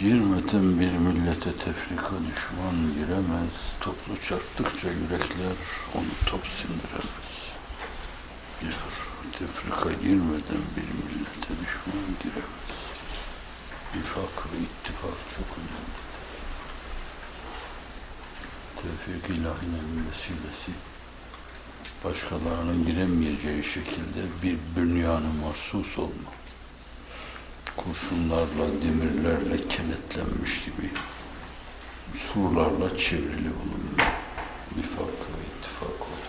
Girmeden bir millete tefrika düşman giremez, toplu çarptıkça yürekler onu top sindiremez. Diyor, tefrika girmeden bir millete düşman giremez. İfak ve ittifak çok önemlidir. Tevfik ilahinin vesilesi, başkalarının giremeyeceği şekilde bir bünyanı mahsus olma. Kurşunlarla, demirlerle kenetlenmiş gibi surlarla çevrili bulunma. İfak ve ittifak olur.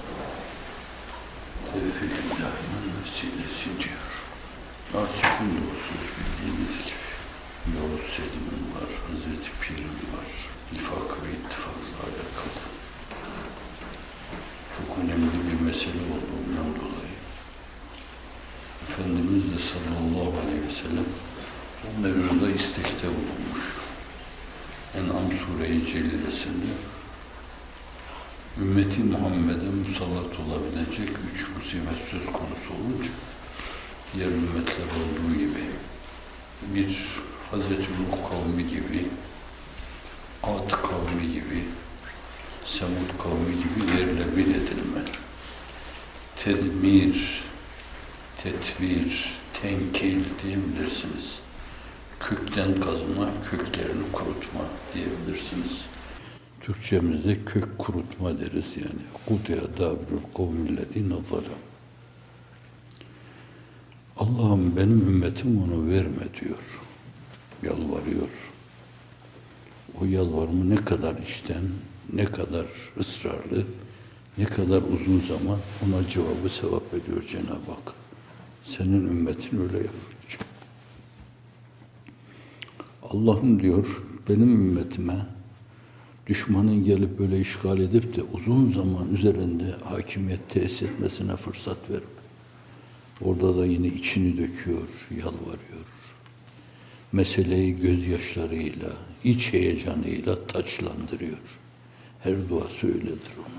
Tevfik ilahinin vesilesi diyor. Akif'in de o söz bildiğimiz gibi. Yavuz Selim'in var, Hazreti Pir'in var. İfak ve ittifakla alakalı. Çok önemli bir mesele olduğundan dolayı. Efendimiz de sallallahu aleyhi ve sellem o mevzuda istekte bulunmuş. En'am Sure-i Celilesinde ümmeti Muhammed'e musallat olabilecek 3 musibet söz konusu olunca diğer ümmetler olduğu gibi bir Hazreti Nuh kavmi gibi, Ad kavmi gibi, Semud kavmi gibi yerle bir edilmeli. Tedmir, tetvir, tenkil diyebilirsiniz. Kökten kazma, köklerini kurutma diyebilirsiniz. Türkçemizde kök kurutma deriz yani. Kudiya dabirul kavmillezine zalim. Allah'ım benim ümmetim onu verme diyor. Yalvarıyor. O yalvarımı ne kadar içten, ne kadar ısrarlı, ne kadar uzun zaman ona cevabı sevap ediyor Cenab-ı Hak. Senin ümmetin öyle yapacak. Allah'ım diyor, benim ümmetime düşmanın gelip böyle işgal edip de uzun zaman üzerinde hakimiyet tesis etmesine fırsat verme. Orada da yine içini döküyor, yalvarıyor. Meseleyi gözyaşlarıyla, iç heyecanıyla taçlandırıyor. Her duası öyledir onun.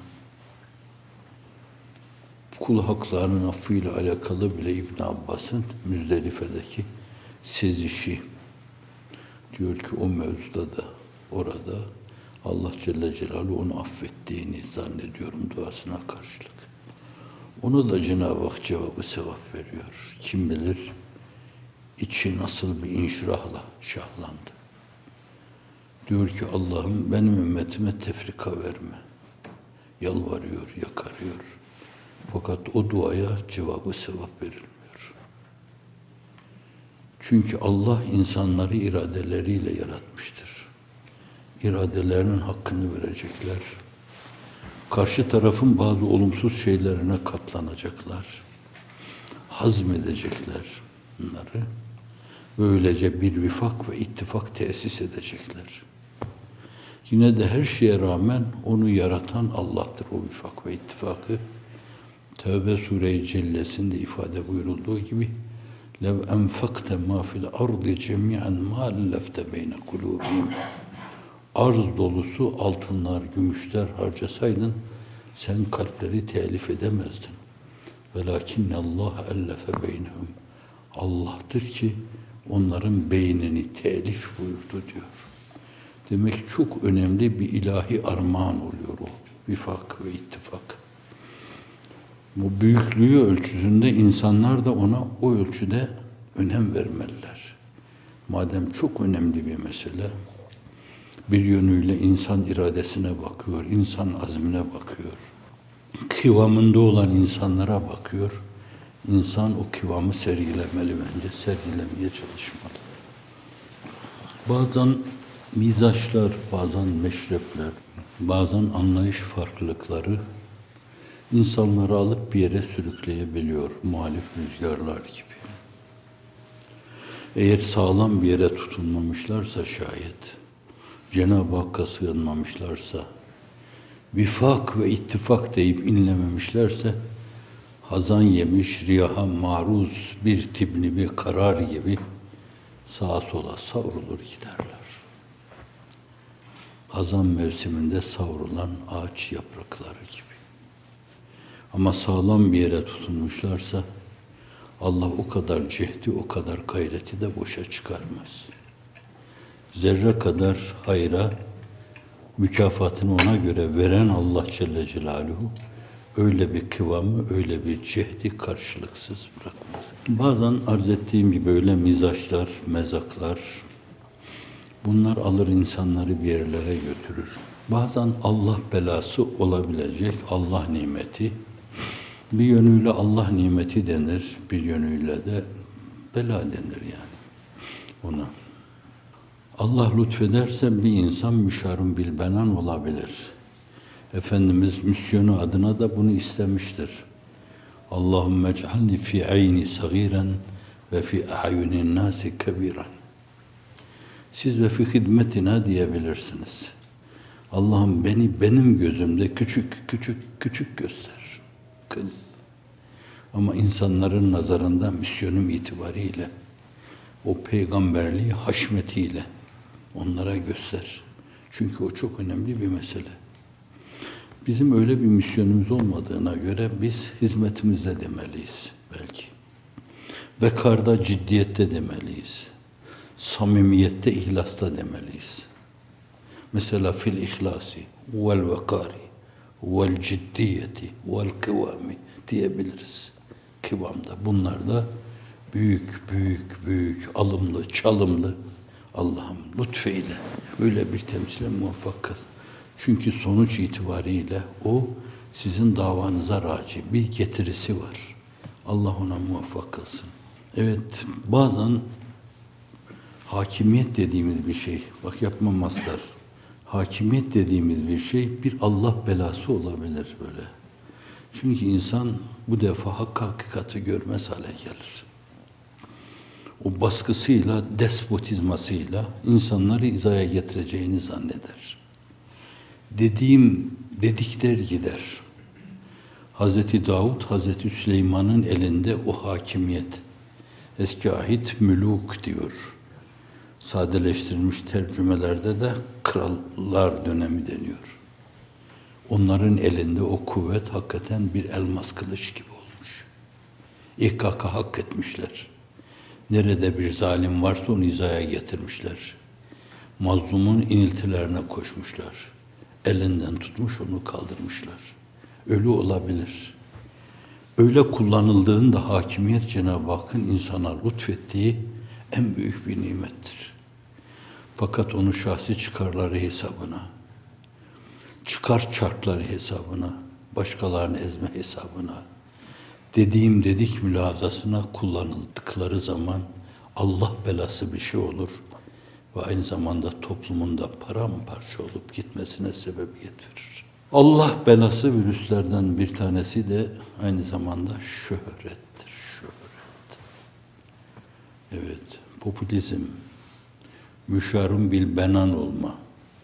Kul haklarının affıyla alakalı bile İbn Abbas'ın Müzdelife'deki sezişi diyor ki o mevzuda da orada Allah Celle Celaluhu onu affettiğini zannediyorum duasına karşılık. Ona da Cenab-ı Hak cevabı sevap veriyor. Kim bilir içi nasıl bir inşirahla şahlandı. Diyor ki Allah'ım benim ümmetime tefrika verme. Yalvarıyor, yakarıyor. Fakat o duaya cevabı sevap verilmiyor. Çünkü Allah insanları iradeleriyle yaratmıştır. İradelerinin hakkını verecekler. Karşı tarafın bazı olumsuz şeylerine katlanacaklar. Hazmedecekler bunları. Böylece bir vifak ve ittifak tesis edecekler. Yine de her şeye rağmen onu yaratan Allah'tır o vifak ve ittifakı. Tevbe Sure-i Cellesi'nde ifade buyurulduğu gibi لَوْ اَنْفَقْتَ مَا فِي الْاَرْضِ جَمِيعًا مَا اَلَّفْتَ بَيْنَ قُلُوبِهِمْ Arz dolusu altınlar, gümüşler harcasaydın sen kalpleri telif edemezdin. وَلَاكِنَّ اللّٰهَ اَلَّفَ بَيْنَهُمْ Allah'tır ki onların beynini telif buyurdu diyor. Demek çok önemli bir ilahi armağan oluyor o. Vifak ve ittifak. Bu büyüklüğü ölçüsünde insanlar da ona o ölçüde önem vermeliler. Madem çok önemli bir mesele, bir yönüyle insan iradesine bakıyor, insan azmine bakıyor. Kıvamında olan insanlara bakıyor. İnsan o kıvamı sergilemeli bence, sergilemeye çalışmalı. Bazen mizaçlar, bazen meşrepler, bazen anlayış farklılıkları insanları alıp bir yere sürükleyebiliyor, muhalif rüzgarlar gibi. Eğer sağlam bir yere tutunmamışlarsa şayet, Cenab-ı Hakk'a sığınmamışlarsa, vifak ve ittifak deyip inlememişlerse, hazan yemiş, riyaha maruz bir tibni bir karar gibi sağa sola savrulur giderler. Hazan mevsiminde savrulan ağaç yaprakları gibi. Ama sağlam bir yere tutunmuşlarsa Allah o kadar cehdi, o kadar gayreti de boşa çıkarmaz. zerre kadar hayra mükafatını ona göre veren Allah Celle Celaluhu öyle bir kıvamı, öyle bir cehdi karşılıksız bırakmaz. Bazen arz ettiğim gibi böyle mizaçlar, mezaklar, bunlar alır insanları bir yerlere götürür. Bazen Allah belası olabilecek Allah nimeti, bir yönüyle Allah nimeti denir, bir yönüyle de bela denir yani ona. Allah lütfederse bir insan müşarun bil benan olabilir. Efendimiz misyonu adına da bunu istemiştir. Allahümme ec'alni fi ayni sagiren ve fi a'yunin nasi kebiren. Siz ve fi hidmetina diyebilirsiniz. Allah'ım beni benim gözümde küçük göster. Kıl. Ama insanların nazarında misyonum itibariyle, o peygamberliği haşmetiyle onlara göster. Çünkü o çok önemli bir mesele. Bizim öyle bir misyonumuz olmadığına göre biz hizmetimizde demeliyiz belki. Vekarda, ciddiyette demeliyiz. Samimiyette, ihlasta demeliyiz. Mesela fil ihlasi vel vekari vel ciddiyeti vel kıvami diyebiliriz. Kıvamda. Bunlar da büyük, alımlı, çalımlı Allah'ım lütfeyle öyle bir temsile muvaffak kıl. Çünkü sonuç itibariyle o sizin davanıza raci bir getirisi var. Allah ona muvaffak kılsın. Evet, bazen hakimiyet dediğimiz bir şey, bak yapma mastar, hakimiyet dediğimiz bir şey bir Allah belası olabilir böyle. Çünkü insan bu defa hakikati görmez hale gelir. O baskısıyla, despotizmasıyla insanları hizaya getireceğini zanneder. Dedikler gider. Hazreti Davud, Hazreti Süleyman'ın elinde o hakimiyet. Eski ahit müluk diyor. Sadeleştirilmiş tercümelerde de krallar dönemi deniyor. Onların elinde o kuvvet hakikaten bir elmas kılıç gibi olmuş. İhkaka hak etmişler. Nerede bir zalim varsa onu hizaya getirmişler. Mazlumun iniltilerine koşmuşlar. Elinden tutmuş onu kaldırmışlar. Ölü olabilir. Öyle kullanıldığında hakimiyet Cenab-ı Hakk'ın insana lütfettiği en büyük bir nimettir. Fakat onu şahsi çıkarları hesabına, çıkar çarkları hesabına, başkalarını ezme hesabına, dedik mülazasına kullanıldıkları zaman Allah belası bir şey olur ve aynı zamanda toplumunda paramparça olup gitmesine sebebiyet verir. Allah belası virüslerden bir tanesi de aynı zamanda şöhrettir. Şöhret. Evet, popülizm, müşarun bil benan olma.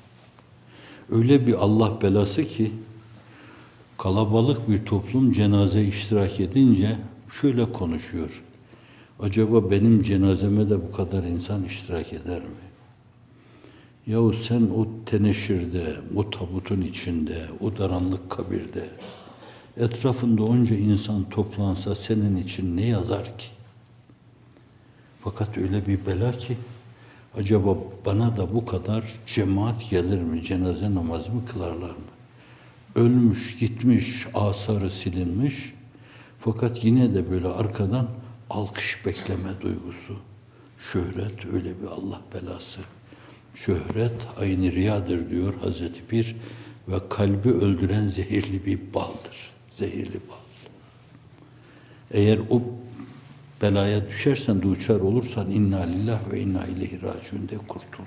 Öyle bir Allah belası ki kalabalık bir toplum cenaze iştirak edince şöyle konuşuyor. Acaba benim cenazeme de bu kadar insan iştirak eder mi? Yahu sen o teneşirde, o tabutun içinde, o daranlık kabirde, etrafında onca insan toplansa senin için ne yazar ki? Fakat öyle bir bela ki, acaba bana da bu kadar cemaat gelir mi, cenaze namazı mı kılarlar mı? Ölmüş, gitmiş, asarı silinmiş, fakat yine de böyle arkadan alkış bekleme duygusu. Şöhret öyle bir Allah belası. Şöhret aynı riyadır diyor Hazreti Pir ve kalbi öldüren zehirli bir baldır. Zehirli bal. Eğer o belaya düşersen, duçar olursan inna lillahi ve inna ileyhi raciun de kurtul.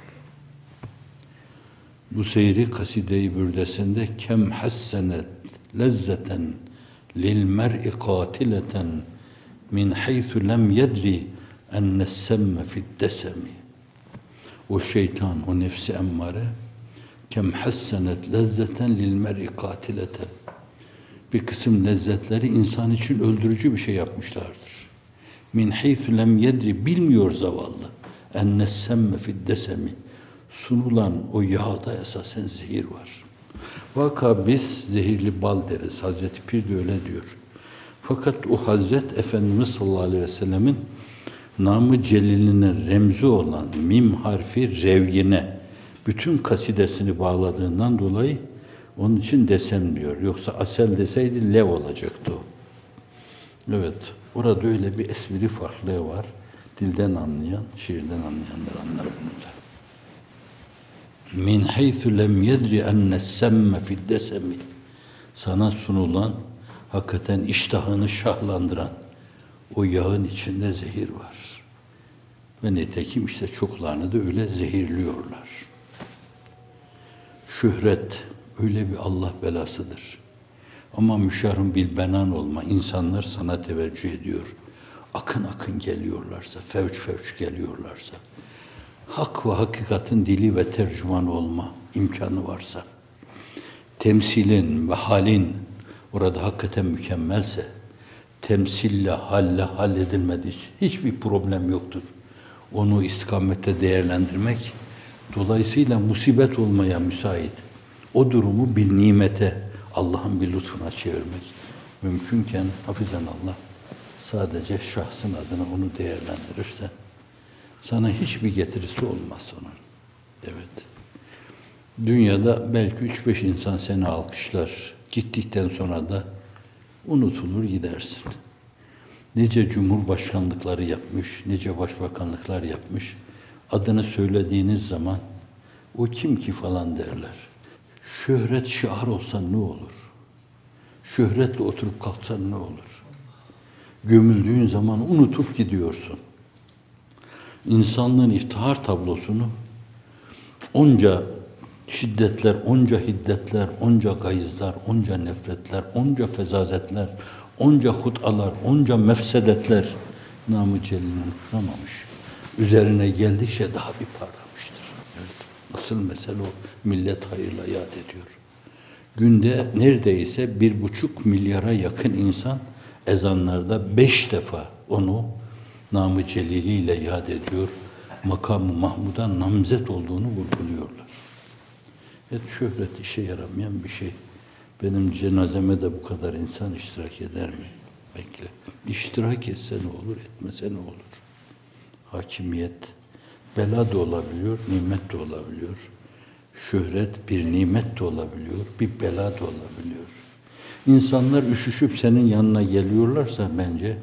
Bu seyri kaside-i bürdesinde kem hassenet lezzeten lil mer'i katileten min haythu lem yedri ennessemme fi'd-desemi. O şeytan, o nefsi emmare kem hassenet lezzeten lil mer'i katileten. Bir kısım lezzetleri insan için öldürücü bir şey yapmışlardır. Min haythu lem yedri, bilmiyor zavallı. Ennessemme fi'd-desemi. Sunulan o yağda esasen zehir var. Vaka biz zehirli bal deriz. Hazreti Pir de öyle diyor. Fakat o Hazret Efendimiz sallallahu aleyhi ve sellemin Namı celilinin remzi olan mim harfi revgine bütün kasidesini bağladığından dolayı onun için desem diyor. Yoksa asel deseydi lev olacaktı o. Evet, orada öyle bir espri farklılığı var. Dilden anlayan, şiirden anlayanlar anlar bunu da. Min haythu lem yedri enne's-semme fi'd-desemi. Sana sunulan, hakikaten iştahını şahlandıran o yağın içinde zehir var. Ve nitekim işte çoklarını da öyle zehirliyorlar. Şöhret öyle bir Allah belasıdır. Ama müşahın bil benan olma, insanlar sana teveccüh ediyor. Akın akın geliyorlarsa, fevç fevç geliyorlarsa, hak ve hakikatin dili ve tercümanı olma imkanı varsa, temsilin ve halin orada hakikaten mükemmelse, temsille, halle halledilmedi. Hiçbir problem yoktur. Onu istikamette değerlendirmek, dolayısıyla musibet olmaya müsait. O durumu bir nimete, Allah'ın bir lütfuna çevirmek mümkünken, hafizan Allah, sadece şahsın adına onu değerlendirirsen, sana hiçbir getirisi olmaz onun. Evet. Dünyada belki 3-5 insan seni alkışlar. Gittikten sonra da unutulur gidersin. Nice cumhurbaşkanlıkları yapmış, nice başbakanlıklar yapmış. Adını söylediğiniz zaman o kim ki falan derler. Şöhret şiar olsa ne olur? Şöhretle oturup kalksan ne olur? Gömüldüğün zaman unutup gidiyorsun. İnsanlığın iftihar tablosunu onca şiddetler, onca hiddetler, onca gayızlar, onca nefretler, onca fezazetler, onca hutalar, onca mefsedetler namı celilini unutamamış. Üzerine geldikçe daha bir parlamıştır. Evet. Asıl mesele o. Millet hayırla yad ediyor. Günde neredeyse 1,5 milyara yakın insan ezanlarda 5 defa onu namı celiliyle yad ediyor. Makam-ı Mahmud'a namzet olduğunu vurguluyorlar. Evet, şöhret işe yaramayan bir şey. Benim cenazeme de bu kadar insan iştirak eder mi? Bekle. İştirak etse ne olur, etmese ne olur? Hakimiyet, bela da olabiliyor, nimet de olabiliyor. Şöhret bir nimet de olabiliyor, bir bela da olabiliyor. İnsanlar üşüşüp senin yanına geliyorlarsa bence,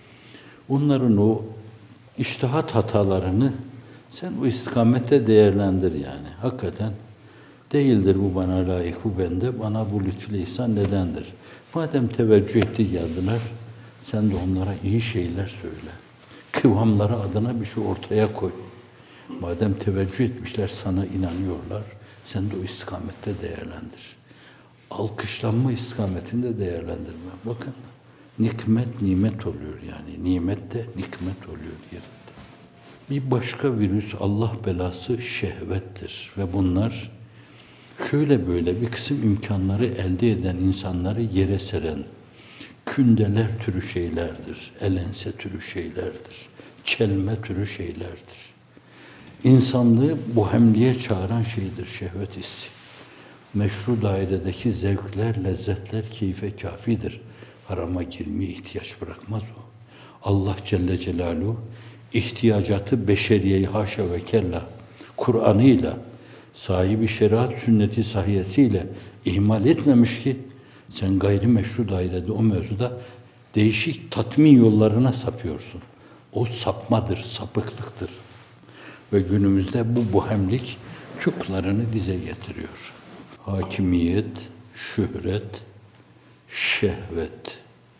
onların o içtihat hatalarını sen o istikamette değerlendir yani. Hakikaten değildir bu bana layık, bu bende, bana bu lütfü ihsan nedendir? Madem teveccüh etti geldiler, sen de onlara iyi şeyler söyle. Kıvamları adına bir şey ortaya koy. Madem teveccüh etmişler, sana inanıyorlar, sen de o istikamette değerlendir. Alkışlanma istikametinde değerlendirme. Bakın, nikmet nimet oluyor yani. Nimet de nikmet oluyor yerinde. Bir başka virüs, Allah belası şehvettir. Ve bunlar şöyle böyle bir kısım imkanları elde eden insanları yere seren kündeler türü şeylerdir. Elense türü şeylerdir. Çelme türü şeylerdir. İnsanlığı bohemliğe çağıran şeydir şehvet hissi. Meşru dairedeki zevkler, lezzetler keyfe kafidir. Harama girmeye ihtiyaç bırakmaz o. Allah Celle Celaluhu ihtiyacatı beşeriyeyi haşa ve kella Kur'an'ıyla, sahibi şeriat sünneti sahiyesiyle ihmal etmemiş ki sen gayrimeşru dairede o mevzuda değişik tatmin yollarına sapıyorsun. O sapmadır, sapıklıktır. Ve günümüzde bu bohemlik çoklarını dize getiriyor. Hakimiyet, şöhret, şehvet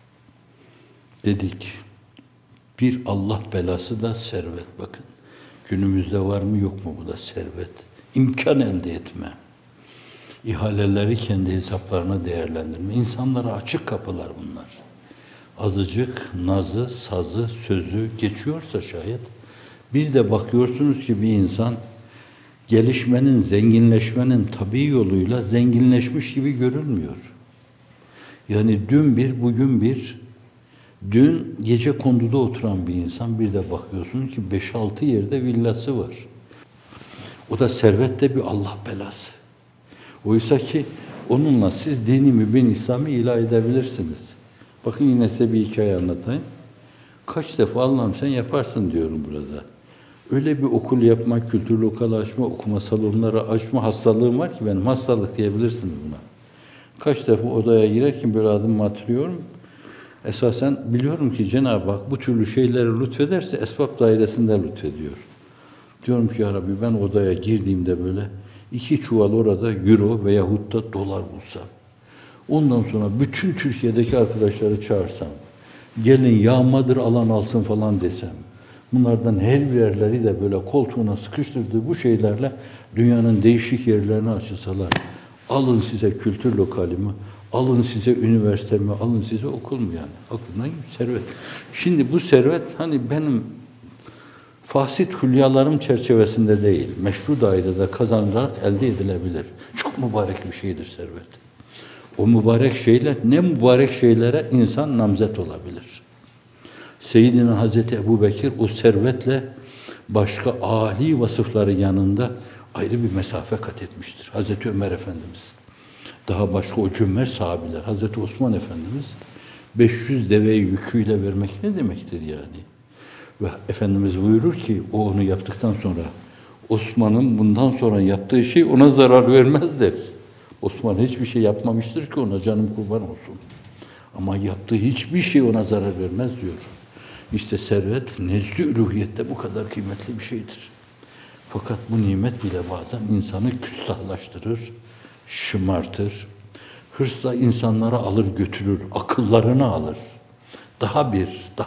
dedik. Bir Allah belası da servet. Bakın günümüzde var mı yok mu bu da servet. İmkan elde etme. İhaleleri kendi hesaplarına değerlendirme. İnsanlara açık kapılar bunlar. Azıcık nazı, sazı, sözü geçiyorsa şayet bir de bakıyorsunuz ki bir insan gelişmenin, zenginleşmenin tabii yoluyla zenginleşmiş gibi görünmüyor. Yani dün bir, bugün bir, dün gecekonduda oturan bir insan bir de bakıyorsunuz ki 5-6 yerde villası var. O da servette bir Allah belası. Oysa ki onunla siz dini mübin İslam'ı ilah edebilirsiniz. Bakın yine size bir hikaye anlatayım. Kaç defa Allah'ım sen yaparsın diyorum burada. Öyle bir okul yapma, kültür lokalı açma, okuma salonları açma hastalığım var ki benim, hastalık diyebilirsiniz buna. Kaç defa odaya girerken böyle adımımı hatırlıyorum. Esasen biliyorum ki Cenab-ı Hak bu türlü şeyleri lütfederse esbab dairesinde lütfediyor. Diyorum ki ya Rabbi ben odaya girdiğimde böyle 2 çuval orada euro veyahut da dolar bulsam. Ondan sonra bütün Türkiye'deki arkadaşları çağırsam. Gelin yağmadır alan alsın falan desem. Bunlardan her birerleri de böyle koltuğuna sıkıştırdığı bu şeylerle dünyanın değişik yerlerine açılsalar. Alın size kültür lokalimi, alın size üniversitemi, alın size okul mu yani? Aklına servet. Şimdi bu servet hani benim fasit hülyalarım çerçevesinde değil, meşru dairede kazanarak elde edilebilir. Çok mübarek bir şeydir servet. O mübarek şeyler, ne mübarek şeylere insan namzet olabilir. Seyyidina Hazreti Ebubekir o servetle başka âli vasıfları yanında ayrı bir mesafe kat etmiştir. Hazreti Ömer Efendimiz, daha başka o cömert sahabiler, Hazreti Osman Efendimiz 500 deve yüküyle vermek ne demektir yani? Ve Efendimiz buyurur ki o onu yaptıktan sonra Osman'ın bundan sonra yaptığı şey ona zarar vermezdir. Osman hiçbir şey yapmamıştır ki ona canım kurban olsun. Ama yaptığı hiçbir şey ona zarar vermez diyor. İşte servet nezd-i üluhiyette bu kadar kıymetli bir şeydir. Fakat bu nimet bile bazen insanı küstahlaştırır, şımartır. Hırsla insanları alır götürür, akıllarını alır. Daha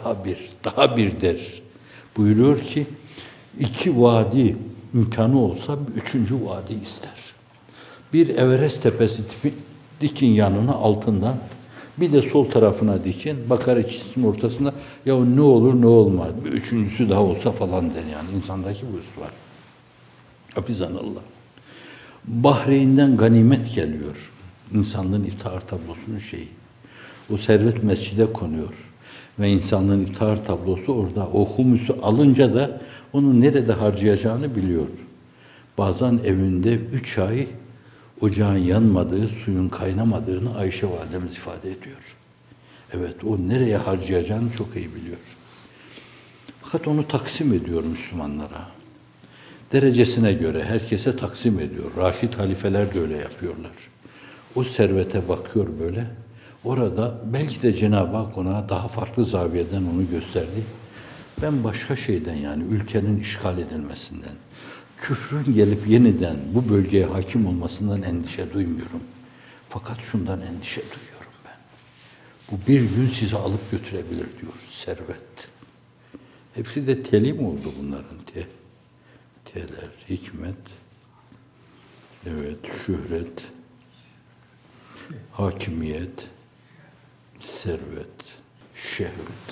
bir der. Buyuruyor ki 2 vadi imkanı olsa 3. vadi ister. Bir Everest tepesi dikin yanına altından, bir de sol tarafına dikin, bakar ikisinin ortasında, ya ne olur ne olmaz, bir 3.'sü daha olsa falan der yani. İnsandaki bu hırs var. Hafizanallah. Bahreyn'den ganimet geliyor. İnsanlığın iftihar tablosunun şeyi. O servet mescide konuyor. Ve insanlığın iftihar tablosu orada. O humusu alınca da onu nerede harcayacağını biliyor. Bazen evinde 3 ay ocağın yanmadığı, suyun kaynamadığını Ayşe validemiz ifade ediyor. Evet, o nereye harcayacağını çok iyi biliyor. Fakat onu taksim ediyor Müslümanlara. Derecesine göre herkese taksim ediyor. Raşid halifeler de öyle yapıyorlar. O servete bakıyor böyle. Orada belki de Cenab-ı Hak ona daha farklı zaviyeden onu gösterdi. Ben başka şeyden yani ülkenin işgal edilmesinden, küfrün gelip yeniden bu bölgeye hakim olmasından endişe duymuyorum. Fakat şundan endişe duyuyorum ben. Bu bir gün sizi alıp götürebilir diyor servet. Hepsi de telim oldu bunların. Teler, hikmet, evet, şöhret, hakimiyet, servet, şehvet.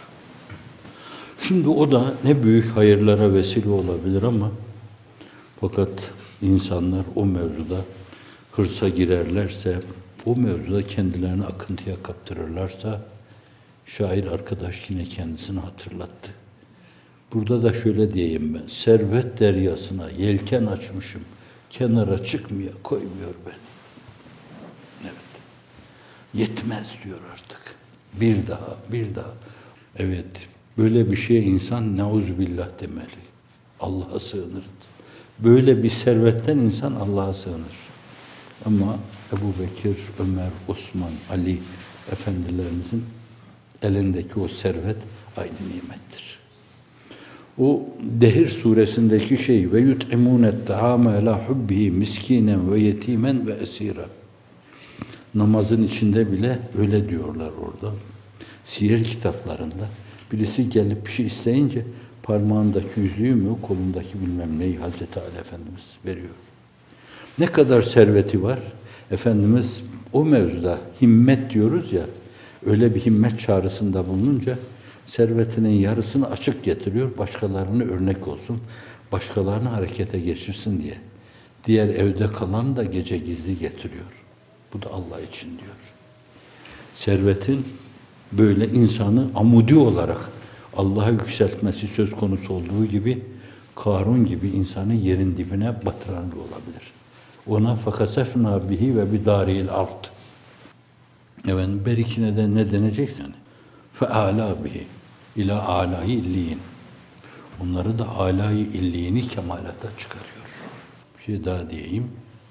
Şimdi o da ne büyük hayırlara vesile olabilir ama fakat insanlar o mevzuda hırsa girerlerse, o mevzuda kendilerini akıntıya kaptırırlarsa, şair arkadaş yine kendisini hatırlattı. Burada da şöyle diyeyim ben, servet deryasına yelken açmışım, kenara çıkmaya koymuyor beni. Evet, yetmez diyor artık. Bir daha. Evet, böyle bir şeye insan neuzubillah demeli. Allah'a sığınır. Böyle bir servetten insan Allah'a sığınır. Ama Ebubekir, Ömer, Osman, Ali efendilerimizin elindeki o servet aynı nimettir. O Dehir suresindeki şey ve yut'imûnet ta'âme alâ hubbihi miskinen ve yetimen ve esîra. Namazın içinde bile öyle diyorlar orada. Siyer kitaplarında birisi gelip bir şey isteyince parmağındaki yüzüğü mü, kolundaki bilmem neyi Hazreti Ali Efendimiz veriyor. Ne kadar serveti var? Efendimiz o mevzuda himmet diyoruz ya, öyle bir himmet çağrısında bulununca servetinin yarısını açık getiriyor, başkalarını örnek olsun, başkalarını harekete geçirsin diye. Diğer evde kalan da gece gizli getiriyor. Bu da Allah için diyor. Servetin böyle insanı amudi olarak Allah'a yükseltmesi söz konusu olduğu gibi Karun gibi insanı yerin dibine batıran da olabilir. Ona fakasefna bihi ve bidaril ard. Evet, berikine de ne denecekse yani. Feala bihi. ila âlâ-i illîn. Onları da âlâ-i illîni kemalata çıkarıyor. Bir şey daha diyeyim.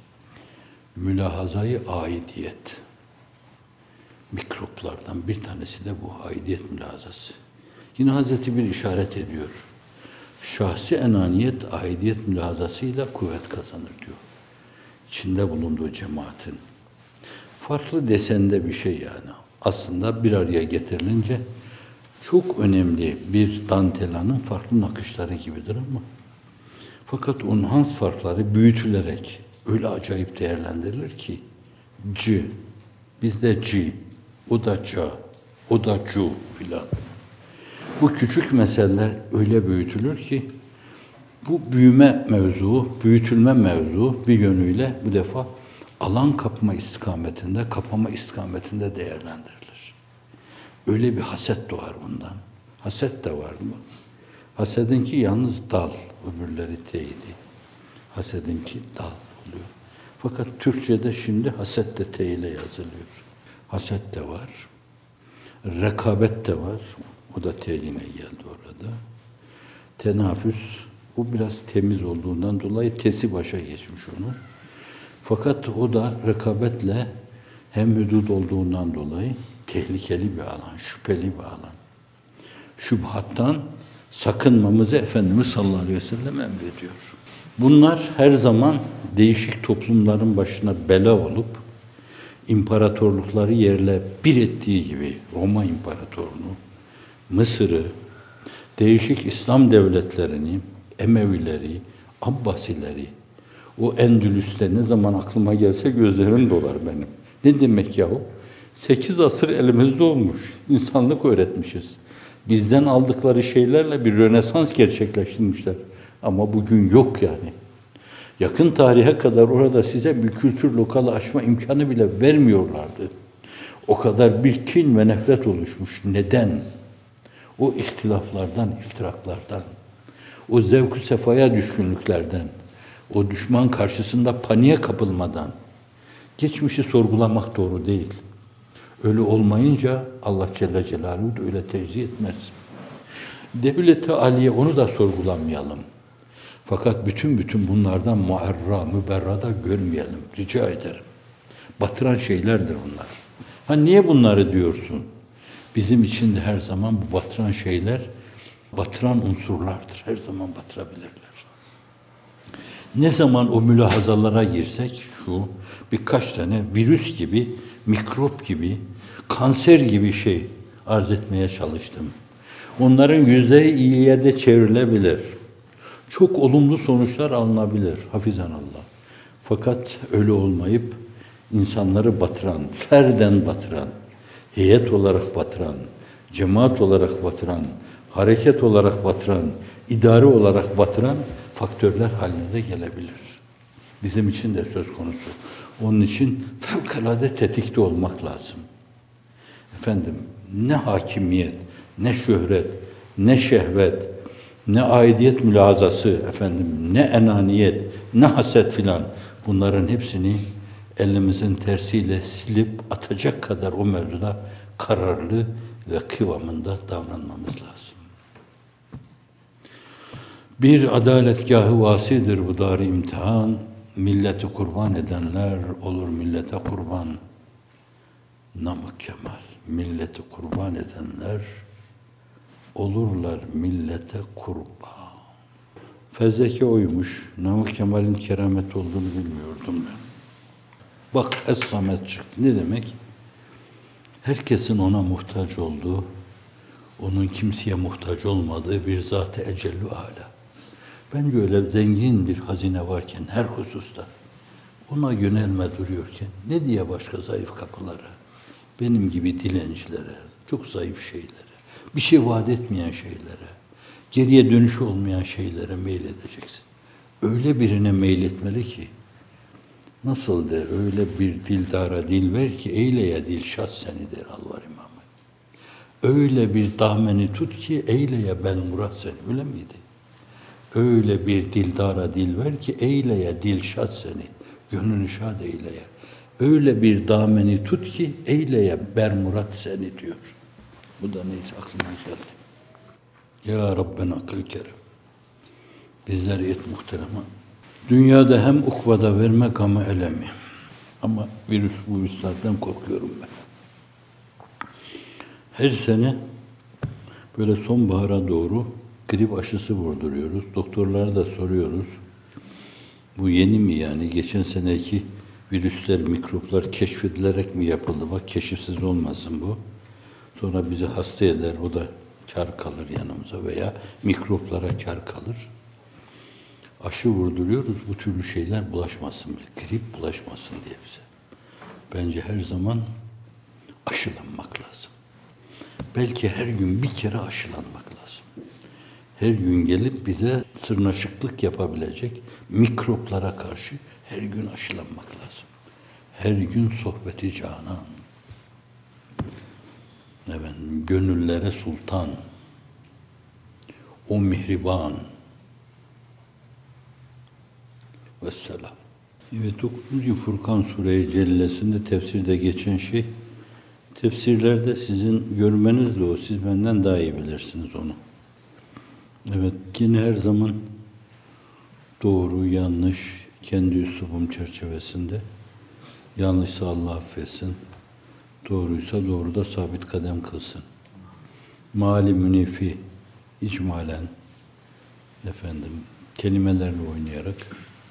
Mülahazayı aidiyet. Mikroplardan bir tanesi de bu aidiyet mülahazası. Yine Hazreti bir işaret ediyor. Şahsi enaniyet aidiyet mülahazasıyla kuvvet kazanır diyor. İçinde bulunduğu cemaatin. Farklı desende bir şey yani. Aslında bir araya getirilince çok önemli bir dantelanın farklı nakışları gibidir ama fakat onun hans farkları büyütülerek öyle acayip değerlendirilir ki C, bizde C, o da ca, o da cu filan. Bu küçük meseleler öyle büyütülür ki bu büyüme mevzu, büyütülme mevzu bir yönüyle bu defa alan kapma istikametinde, kapama istikametinde değerlendirilir. Öyle bir haset doğar bundan. Haset de var mı? Hasedinki yalnız dal, öbürleri teyidi. Hasedinki dal oluyor. Fakat Türkçe'de şimdi haset de te ile yazılıyor. Haset de var. Rekabet de var. O da te yine geldi orada. Tenafüs, bu biraz temiz olduğundan dolayı tesi başa geçmiş onu. Fakat o da rekabetle hemhudud olduğundan dolayı tehlikeli bir alan, şüpheli bir alan. Şüphattan sakınmamızı Efendimiz sallallahu aleyhi ve sellem emrediyor. Bunlar her zaman değişik toplumların başına bela olup imparatorlukları yerle bir ettiği gibi Roma İmparatorluğu, Mısır'ı, değişik İslam devletlerini, Emevileri, Abbasileri, o Endülüs'te ne zaman aklıma gelse gözlerim dolar benim. Ne demek yahu? 8 asır elimizde olmuş. İnsanlık öğretmişiz. Bizden aldıkları şeylerle bir Rönesans gerçekleştirmişler. Ama bugün yok yani. Yakın tarihe kadar orada size bir kültür lokalı açma imkanı bile vermiyorlardı. O kadar bir kin ve nefret oluşmuş. Neden? O ihtilaflardan, iftiraklardan, o zevk-ü sefaya düşkünlüklerden, o düşman karşısında paniğe kapılmadan. Geçmişi sorgulamak doğru değil. Öyle olmayınca Allah Celle Celaluhu da öyle tevzi etmez. Devlet-i Aliye onu da sorgulamayalım. Fakat bütün bunlardan muarra, müberrada görmeyelim. Rica ederim. Batıran şeylerdir bunlar. Ha niye bunları diyorsun? Bizim için de her zaman bu batıran şeyler, batıran unsurlardır. Her zaman batırabilirler. Ne zaman o mülahazalara girsek, şu birkaç tane virüs gibi, mikrop gibi, kanser gibi şey arz etmeye çalıştım. Onların yüzleri iyiye de çevrilebilir. Çok olumlu sonuçlar alınabilir, hafizanallah. Fakat öyle olmayıp insanları batıran, ferden batıran, heyet olarak batıran, cemaat olarak batıran, hareket olarak batıran, idare olarak batıran faktörler haline de gelebilir. Bizim için de söz konusu. Onun için fevkalade tetikte olmak lazım. Efendim, ne hakimiyet, ne şöhret, ne şehvet, ne aidiyet mülahazası, efendim, ne enaniyet, ne haset filan, bunların hepsini elimizin tersiyle silip atacak kadar o mevzuda kararlı ve kıvamında davranmamız lazım. Bir adaletgâh-ı vasidir bu dar-ı imtihan, milleti kurban edenler olur millete kurban. Namık Kemal, milleti kurban edenler olurlar millete kurban. Fezleke oymuş, Namık Kemal'in keramet olduğunu bilmiyordum ben. Bak Es-Samet çıktı. Ne demek? Herkesin ona muhtaç olduğu, onun kimseye muhtaç olmadığı bir zat-ı ecellü âlâ. Bence öyle zengin bir hazine varken her hususta, ona yönelme duruyorken, ne diye başka zayıf kapılara, benim gibi dilencilere, çok zayıf şeylere, bir şey vaat etmeyen şeylere, geriye dönüşü olmayan şeylere meyledeceksin. Öyle birine meyletmeli ki, nasıl der, öyle bir dildara dil ver ki, eyleye dilşat seni der Alvar İmamı. Öyle bir dameni tut ki, eyleye ben murat seni, öyle miydi? Öyle bir dildara dil ver ki, eyleye dilşat seni, gönlünü şad eyleye. Öyle bir dameni tut ki, eyleye bermurat seni diyor. Bu da neyse aklıma geldi. Ya Rabbena akıl kerem. Bizleri et muhterema. Dünyada hem ukvada verme gamı elemi. Ama bu virüslerden korkuyorum ben. Her sene böyle sonbahara doğru grip aşısı vurduruyoruz. Doktorlara da soruyoruz. Bu yeni mi yani? Geçen seneki virüsler, mikroplar keşfedilerek mi yapıldı? Bak keşifsiz olmasın bu. Sonra bizi hasta eder, o da kar kalır yanımıza veya mikroplara kar kalır. Aşı vurduruyoruz, bu türlü şeyler bulaşmasın bile, grip bulaşmasın diye bize. Bence her zaman aşılanmak lazım. Belki her gün bir kere aşılanmak lazım. Her gün gelip bize sırnaşıklık yapabilecek mikroplara karşı her gün aşılanmak lazım. Her gün sohbeti canan. Efendim, gönüllere sultan. O mihriban. Vesselam. Evet, 9. Furkan Sure-i Cellesi'nde tefsirde geçen şey, tefsirlerde sizin görmeniz de o, siz benden daha iyi bilirsiniz onu. Evet, yine her zaman doğru, yanlış, kendi üslubum çerçevesinde, yanlışsa Allah affetsin, doğruysa doğruda sabit kadem kılsın. Mali münefi, icmalen, efendim, kelimelerle oynayarak,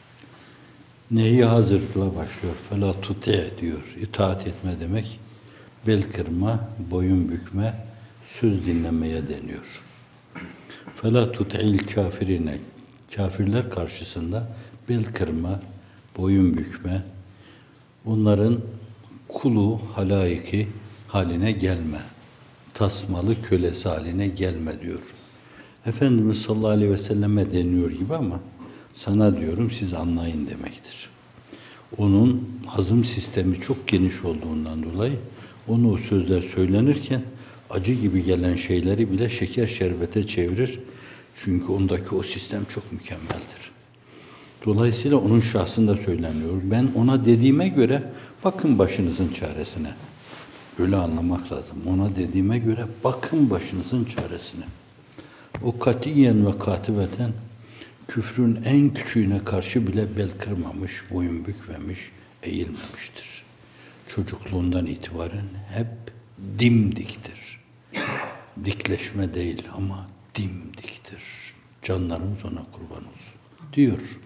nehi hazırlıkla başlıyor. Fela tuti diyor. İtaat etme demek. Bel kırma, boyun bükme, söz dinlemeye deniyor. Fela tuti'il kafirine. Kafirler karşısında bel kırma, boyun bükme, onların kulu halayiki haline gelme. Tasmalı kölesi haline gelme diyor. Efendimiz sallallahu aleyhi ve selleme deniyor gibi ama sana diyorum siz anlayın demektir. Onun hazım sistemi çok geniş olduğundan dolayı onu o sözler söylenirken acı gibi gelen şeyleri bile şeker şerbete çevirir. Çünkü ondaki o sistem çok mükemmeldir. Dolayısıyla onun şahsında söyleniyor. Ben ona dediğime göre bakın başınızın çaresine. Öyle anlamak lazım. Ona dediğime göre bakın başınızın çaresine. O katiyen ve katibeten küfrün en küçüğüne karşı bile bel kırmamış, boyun bükmemiş, eğilmemiştir. Çocukluğundan itibaren hep dimdiktir. Dikleşme değil ama dimdiktir. Canlarımız ona kurban olsun diyor.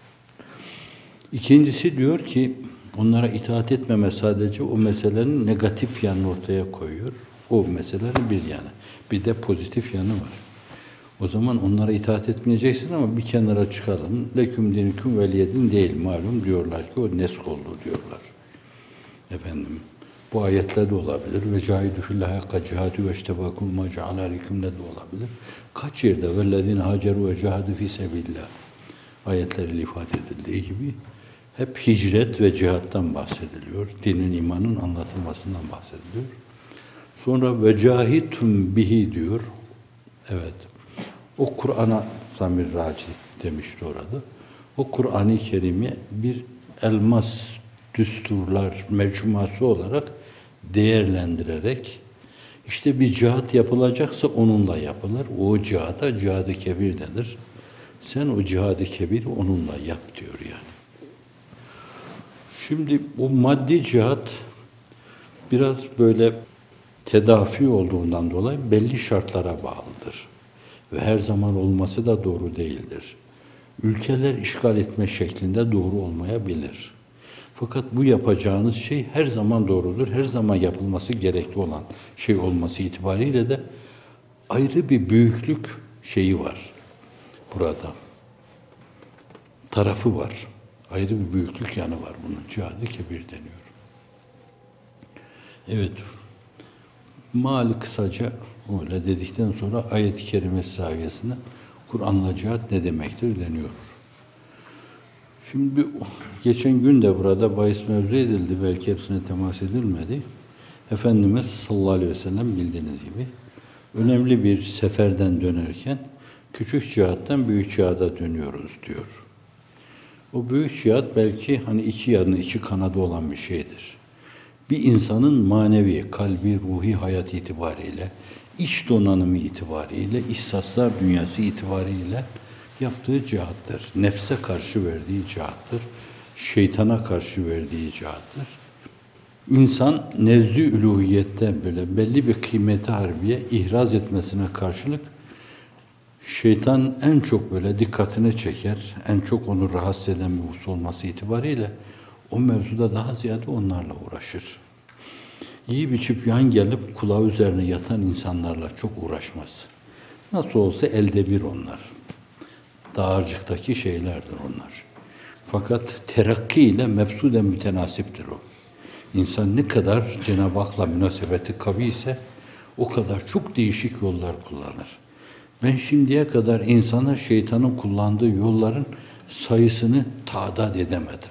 İkincisi diyor ki onlara itaat etmeme sadece o meselenin negatif yanını ortaya koyuyor. O meselenin bir yanı. Bir de pozitif yanı var. O zaman onlara itaat etmeyeceksin ama bir kenara çıkalım. Leküm dinüküm veliyedin değil malum diyorlar ki o nesk oldu diyorlar. Efendim bu ayetlerde olabilir. Ve cahidu fillahi hakka cihadu ve iştebakum ma ceala aleykümle de olabilir. Kaç yerde vellezine haceru ve cahadu fi sebillah ayetleri ifade edildiği gibi hep hicret ve cihattan bahsediliyor. Dinin, imanın anlatılmasından bahsediliyor. Sonra ve cahitum bihi diyor. Evet. O Kur'an'a zamir raci demişti orada. O Kur'an-ı Kerim'i bir elmas düsturlar mecmuası olarak değerlendirerek işte bir cihat yapılacaksa onunla yapılır. O cihada cihad-ı kebir denir. Sen o cihad-ı kebiri onunla yap diyor yani. Şimdi bu maddi cihat biraz böyle tedafi olduğundan dolayı belli şartlara bağlıdır. Ve her zaman olması da doğru değildir. Ülkeler işgal etme şeklinde doğru olmayabilir. Fakat bu yapacağınız şey her zaman doğrudur. Her zaman yapılması gerekli olan şey olması itibariyle de ayrı bir büyüklük şeyi var burada. Tarafı var. Ayrı bir büyüklük yanı var bunun. Cihad-ı kebir deniyor. Evet. Mal kısaca öyle dedikten sonra ayet-i kerime sayesinde Kur'an'la cihat ne demektir deniyor. Şimdi geçen gün de burada bahis mevzu edildi. Belki hepsine temas edilmedi. Efendimiz sallallahu aleyhi ve sellem bildiğiniz gibi önemli bir seferden dönerken küçük cihattan büyük cihada dönüyoruz diyor. O büyük cihat belki hani iki yanı, iki kanadı olan bir şeydir. Bir insanın manevi, kalbi, ruhi hayat itibariyle iç donanımı itibariyle, ihsaslar dünyası itibariyle yaptığı cihattır. Nefse karşı verdiği cihattır. Şeytana karşı verdiği cihattır. İnsan nezd-i üluhiyette böyle belli bir kıymeti harbiye ihraz etmesine karşılık şeytan en çok böyle dikkatini çeker, en çok onu rahatsız eden bir husus olması itibariyle o mevzuda daha ziyade onlarla uğraşır. Yiyip içip yan gelip kulağı üzerine yatan insanlarla çok uğraşmaz. Nasıl olsa elde bir onlar. Dağarcıktaki şeylerdir onlar. Fakat terakki ile mebsuden mütenasiptir o. İnsan ne kadar Cenab-ı Hak'la münasebeti kavi ise o kadar çok değişik yollar kullanır. Ben şimdiye kadar insana şeytanın kullandığı yolların sayısını tadat edemedim.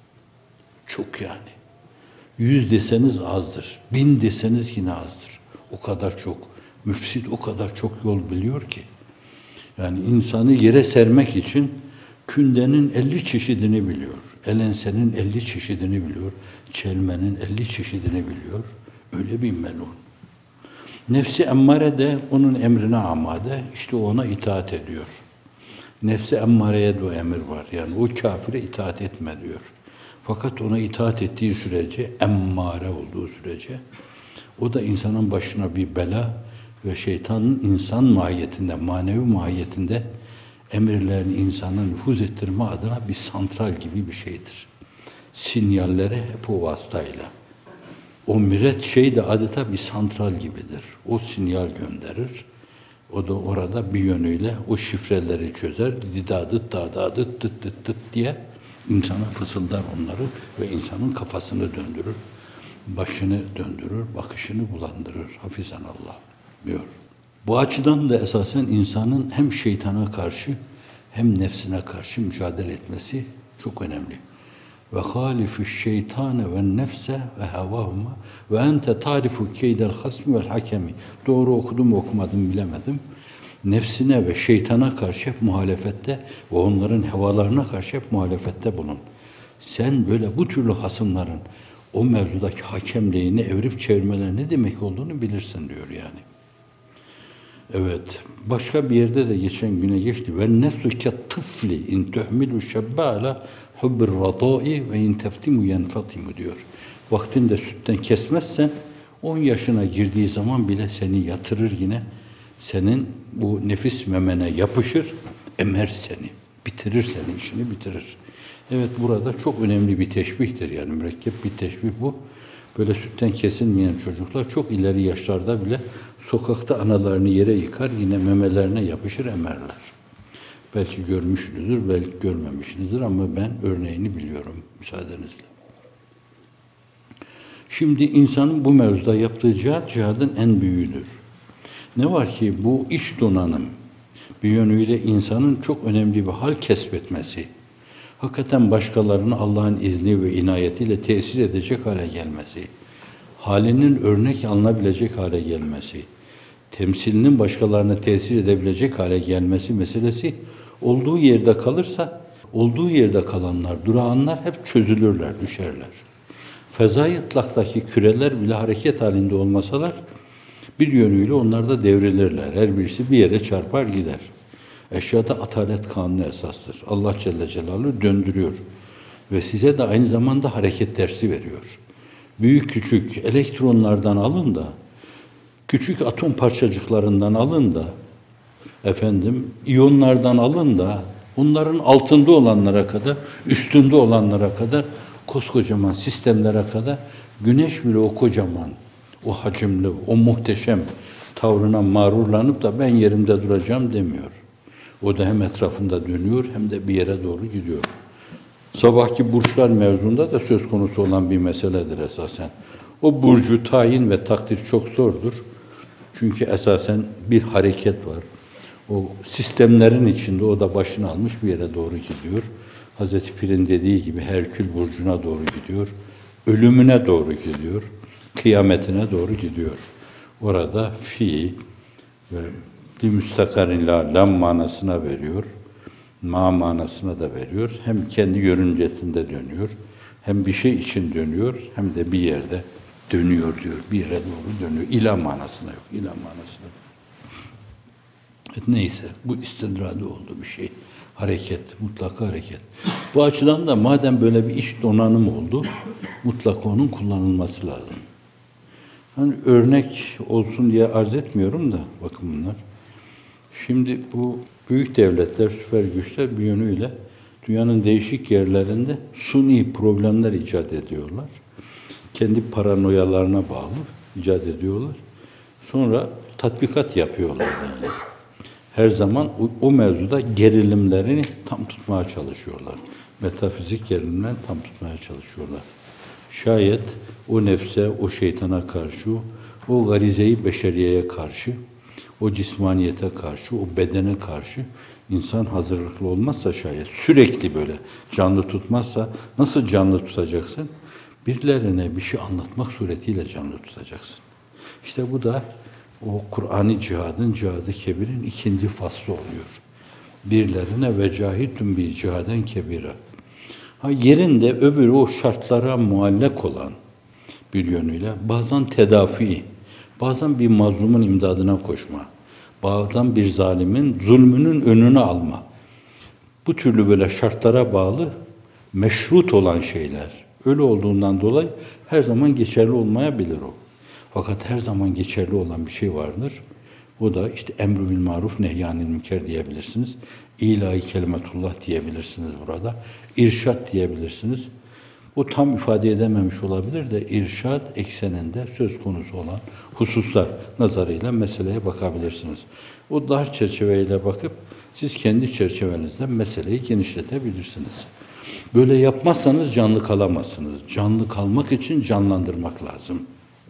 Çok yani. 100 deseniz azdır. 1000 deseniz yine azdır. O kadar çok. Müfsit o kadar çok yol biliyor ki. Yani insanı yere sermek için kündenin 50 çeşidini biliyor. Elensenin 50 çeşidini biliyor. Çelmenin 50 çeşidini biliyor. Öyle bir melun. Nefsi emmare de onun emrine amade, işte ona itaat ediyor. Nefsi emmareye de o emir var. Yani o kafire itaat etme diyor. Fakat ona itaat ettiği sürece, emmare olduğu sürece, o da insanın başına bir bela ve şeytanın insan mahiyetinde, manevi mahiyetinde emirlerini insana nüfuz ettirme adına bir santral gibi bir şeydir. Sinyalleri hep o vasıtayla. O müret şey de adeta bir santral gibidir. O sinyal gönderir. O da orada bir yönüyle o şifreleri çözer. Didadıt, dadadıt, tıt tıt tıt diye insana fısıldar onları ve insanın kafasını döndürür. Başını döndürür, bakışını bulandırır. Hafizan Allah diyor. Bu açıdan da esasen insanın hem şeytana karşı hem nefsine karşı mücadele etmesi çok önemli. Ve halifiş şeytane ve nefse ve hevahuma ve ente tarifu keydel hasmi vel hakemi. Doğru okudum mu okumadım bilemedim. Nefsine ve şeytana karşı hep muhalefette ve onların hevalarına karşı hep muhalefette bulun. Sen böyle bu türlü hasımların o mevzudaki hakemliğini evrip çevirmeler ne demek olduğunu bilirsin diyor yani. Evet, başka bir yerde de geçen güne geçti. Ve nefsu ket-tıfli in tuhmilu şebbâla hubbir radâ'i ve in teftimu yenfatimu diyor. Vaktinde sütten kesmezsen 10 yaşına girdiği zaman bile seni yatırır yine. Senin bu nefis memene yapışır, emer seni. Bitirir seni, işini bitirir. Evet, burada çok önemli bir teşbihtir yani mürekkep bir teşbih bu. Böyle sütten kesilmeyen çocuklar çok ileri yaşlarda bile sokakta analarını yere yıkar, yine memelerine yapışır, emerler. Belki görmüşsünüzdür, belki görmemişsinizdir ama ben örneğini biliyorum müsaadenizle. Şimdi insanın bu mevzuda yaptığı cihadın en büyüğüdür. Ne var ki bu iç donanım bir yönüyle insanın çok önemli bir hal kesbetmesi, hakikaten başkalarını Allah'ın izni ve inayetiyle tesir edecek hale gelmesi, halinin örnek alınabilecek hale gelmesi, temsilinin başkalarına tesir edebilecek hale gelmesi meselesi olduğu yerde kalırsa, olduğu yerde kalanlar, durağanlar hep çözülürler, düşerler. Fezai ıtlaktaki küreler bile hareket halinde olmasalar, bir yönüyle onlar da devrilirler. Her birisi bir yere çarpar gider. Eşyada atalet kanunu esastır. Allah Celle Celaluhu döndürüyor. Ve size de aynı zamanda hareket dersi veriyor. Büyük küçük elektronlardan alın da, küçük atom parçacıklarından alın da, iyonlardan alın da, onların altında olanlara kadar, üstünde olanlara kadar, koskocaman sistemlere kadar, güneş bile o kocaman, o hacimli, o muhteşem tavrına mağrurlanıp da ben yerimde duracağım demiyor. O da hem etrafında dönüyor hem de bir yere doğru gidiyor. Sabahki burçlar mevzunda da söz konusu olan bir meseledir esasen. O burcu tayin ve takdir çok zordur. Çünkü esasen bir hareket var. O sistemlerin içinde o da başını almış bir yere doğru gidiyor. Hazreti Pir'in dediği gibi Herkül burcuna doğru gidiyor. Ölümüne doğru gidiyor. Kıyametine doğru gidiyor. Orada fi ve müstakarin lam manasına veriyor. Ma manasına da veriyor. Hem kendi yörüngesinde dönüyor. Hem bir şey için dönüyor. Hem de bir yerde dönüyor diyor. Bir yere doğru dönüyor. İlah manasına yok. İlah manasına. Neyse, bu istidradi oldu bir şey. Hareket, mutlaka hareket. Bu açıdan da madem böyle bir iç donanım oldu, mutlaka onun kullanılması lazım. Hani örnek olsun diye arz etmiyorum da, bakın bunlar. Şimdi bu büyük devletler, süper güçler bir yönüyle dünyanın değişik yerlerinde suni problemler icat ediyorlar. Kendi paranoyalarına bağlı icat ediyorlar. Sonra tatbikat yapıyorlar yani. Her zaman o mevzuda gerilimlerini tam tutmaya çalışıyorlar. Metafizik gerilimlerini tam tutmaya çalışıyorlar. Şayet o nefse, o şeytana karşı, o garize-i beşeriyeye karşı, o cismaniyete karşı, o bedene karşı insan hazırlıklı olmazsa şayet, sürekli böyle canlı tutmazsa, nasıl canlı tutacaksın? Birilerine bir şey anlatmak suretiyle canlı tutacaksın. İşte bu da o Kur'an-ı cihadın, cihadı kebirin ikinci faslı oluyor. Birilerine vecahitun bi cihaden kebira. Ha yerinde öbürü o şartlara muallak olan bir yönüyle bazen tedafi, bazen bir mazlumun imdadına koşma, bazen bir zalimin zulmünün önünü alma. Bu türlü böyle şartlara bağlı meşrut olan şeyler. Öyle olduğundan dolayı her zaman geçerli olmayabilir o. Fakat her zaman geçerli olan bir şey vardır. O da işte emr-ü bil maruf nehyanil münker diyebilirsiniz. İlahi kelimetullah diyebilirsiniz burada. İrşad diyebilirsiniz. O tam ifade edememiş olabilir de irşad ekseninde söz konusu olan hususlar nazarıyla meseleye bakabilirsiniz. O dar çerçeveyle bakıp siz kendi çerçevenizde meseleyi genişletebilirsiniz. Böyle yapmazsanız canlı kalamazsınız. Canlı kalmak için canlandırmak lazım.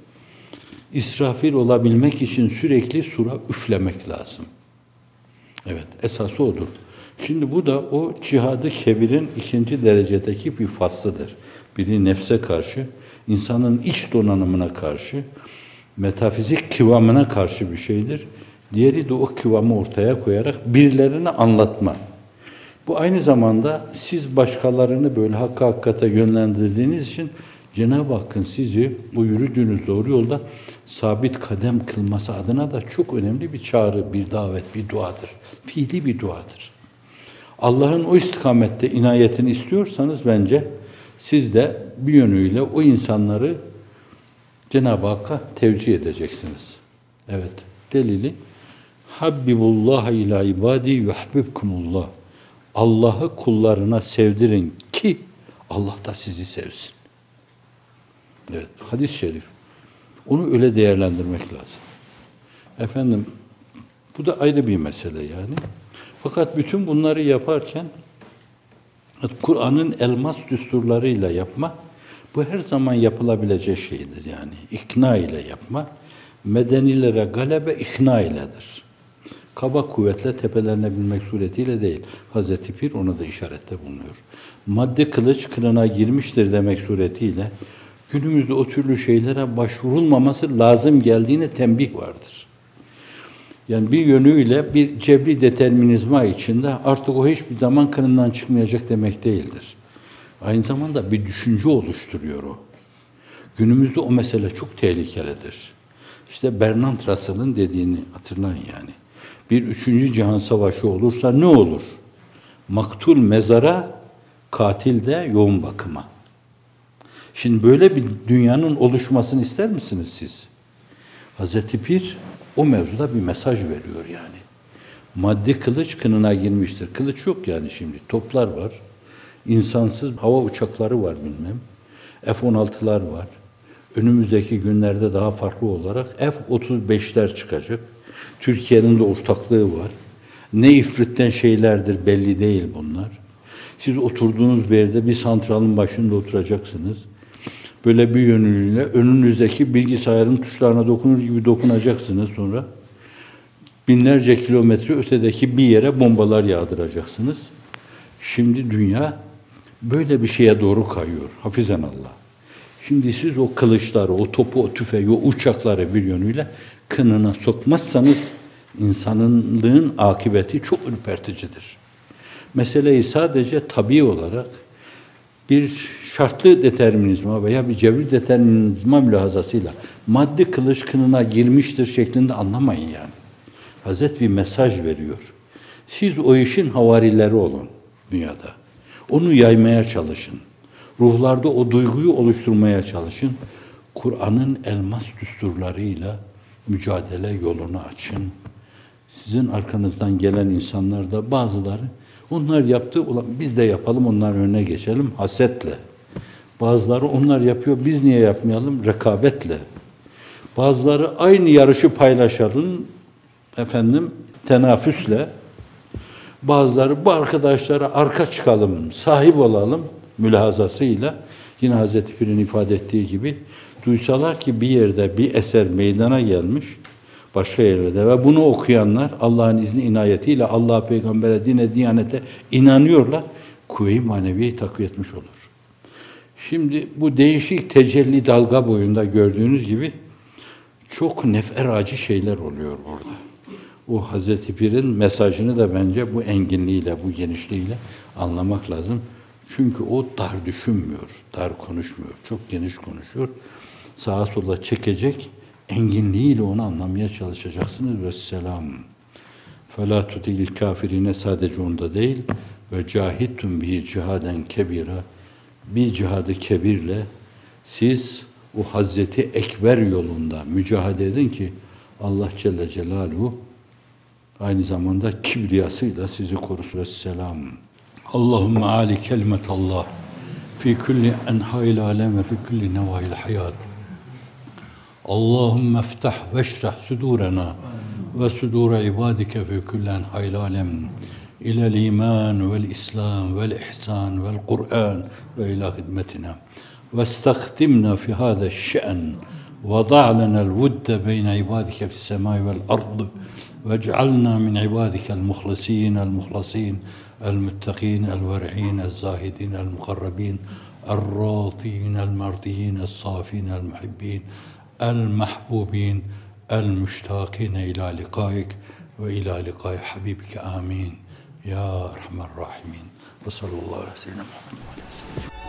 İsrafil olabilmek için sürekli sura üflemek lazım. Evet, esası odur. Şimdi bu da o cihadı kebirin ikinci derecedeki bir faslıdır. Biri nefse karşı, insanın iç donanımına karşı, metafizik kıvamına karşı bir şeydir. Diğeri de o kıvamı ortaya koyarak birilerine anlatma. Bu aynı zamanda siz başkalarını böyle hakikate yönlendirdiğiniz için Cenab-ı Hakk'ın sizi bu yürüdüğünüz doğru yolda sabit kadem kılması adına da çok önemli bir çağrı, bir davet, bir duadır. Fiili bir duadır. Allah'ın o istikamette inayetini istiyorsanız bence siz de bir yönüyle o insanları Cenab-ı Hakk'a tevcih edeceksiniz. Evet, delili Habbibullah ila ibadi yuhbibkumullah. Allah'ı kullarına sevdirin ki Allah da sizi sevsin. Evet, hadis-i şerif. Onu öyle değerlendirmek lazım. Efendim, bu da ayrı bir mesele yani. Fakat bütün bunları yaparken Kur'an'ın elmas düsturlarıyla yapma, bu her zaman yapılabilecek şeydir yani. İkna ile yapma, medenilere galebe ikna iledir. Kaba kuvvetle tepelerine binmek suretiyle değil. Hazreti Pir ona da işarette bulunuyor. Madde kılıç kınına girmiştir demek suretiyle günümüzde o türlü şeylere başvurulmaması lazım geldiğine tembih vardır. Yani bir yönüyle bir cebri determinizma içinde artık o hiçbir zaman kınından çıkmayacak demek değildir. Aynı zamanda bir düşünce oluşturuyor o. Günümüzde o mesele çok tehlikelidir. İşte Bertrand Russell'ın dediğini hatırlayın yani. Bir 3. Cihan Savaşı olursa ne olur? Maktul mezara, katil de yoğun bakıma. Şimdi böyle bir dünyanın oluşmasını ister misiniz siz? Hazreti Pir o mevzuda bir mesaj veriyor yani. Maddi kılıç kınına girmiştir. Kılıç yok yani şimdi. Toplar var. İnsansız hava uçakları var bilmem. F-16'lar var. Önümüzdeki günlerde daha farklı olarak F-35'ler çıkacak. Türkiye'nin de ortaklığı var. Ne ifritten şeylerdir belli değil bunlar. Siz oturduğunuz bir yerde bir santralın başında oturacaksınız. Böyle bir yönüyle önünüzdeki bilgisayarın tuşlarına dokunur gibi dokunacaksınız sonra. Binlerce kilometre ötedeki bir yere bombalar yağdıracaksınız. Şimdi dünya böyle bir şeye doğru kayıyor. Hafizen Allah. Şimdi siz o kılıçları, o topu, o tüfeği, o uçakları bir yönüyle kınına sokmazsanız insanlığın akıbeti çok ürperticidir. Meseleyi sadece tabii olarak bir şartlı determinizma veya bir cebri determinizma mülahazasıyla maddi kılıç kınına girmiştir şeklinde anlamayın yani. Hazret bir mesaj veriyor. Siz o işin havarileri olun dünyada. Onu yaymaya çalışın. Ruhlarda o duyguyu oluşturmaya çalışın. Kur'an'ın elmas düsturlarıyla mücadele yolunu açın. Sizin arkanızdan gelen insanlar da bazıları onlar yaptı, ulan biz de yapalım, onların önüne geçelim hasetle. Bazıları onlar yapıyor, biz niye yapmayalım rekabetle. Bazıları aynı yarışı paylaşalım tenafüsle. Bazıları bu arkadaşlara arka çıkalım, sahip olalım mülahazasıyla. Yine Hazreti Pir'in ifade ettiği gibi duysalar ki bir yerde bir eser meydana gelmiş, başka yerlerde ve bunu okuyanlar Allah'ın izni inayetiyle Allah'a, peygambere, dine, diyanete inanıyorlar. Kuvve-i maneviyeyi takviye etmiş olur. Şimdi bu değişik tecelli dalga boyunda gördüğünüz gibi çok neferacı şeyler oluyor burada. O Hazreti Pir'in mesajını da bence bu enginliğiyle, bu genişliğiyle anlamak lazım. Çünkü o dar düşünmüyor, dar konuşmuyor, çok geniş konuşuyor. Sağa sola çekecek, enginliğiyle onu anlamaya çalışacaksınız. Vesselam. فَلَا تُتِلِ kafirine sadece onda değil, ve cahittum bihi cihaden kebira, bir cihadı kebirle siz o Hazreti Ekber yolunda mücadele edin ki Allah Celle Celaluhu aynı zamanda kibriyasıyla sizi korusun. Vesselam. Allahümme âli kelimetallah fi kulli enhâil alem ve fi kulli nevâil hayat. Allahümme iftah ve şrah sudûrena ve sudûre ibâdike fi kulli enhâil alem ilel iman vel islam vel ihsan vel Kur'an ve ila hidmetina. واستخدمنا في هذا الشأن وضع لنا الود بين عبادك في السماء والأرض واجعلنا من عبادك المخلصين المتقين الورعين الزاهدين المقربين الراضين المرضيين الصافين المحبين المحبوبين المشتاقين إلى لقائك وإلى لقاء حبيبك آمين يا أرحم الراحمين وصلى الله على سيدنا محمد وعلى آله وسلم.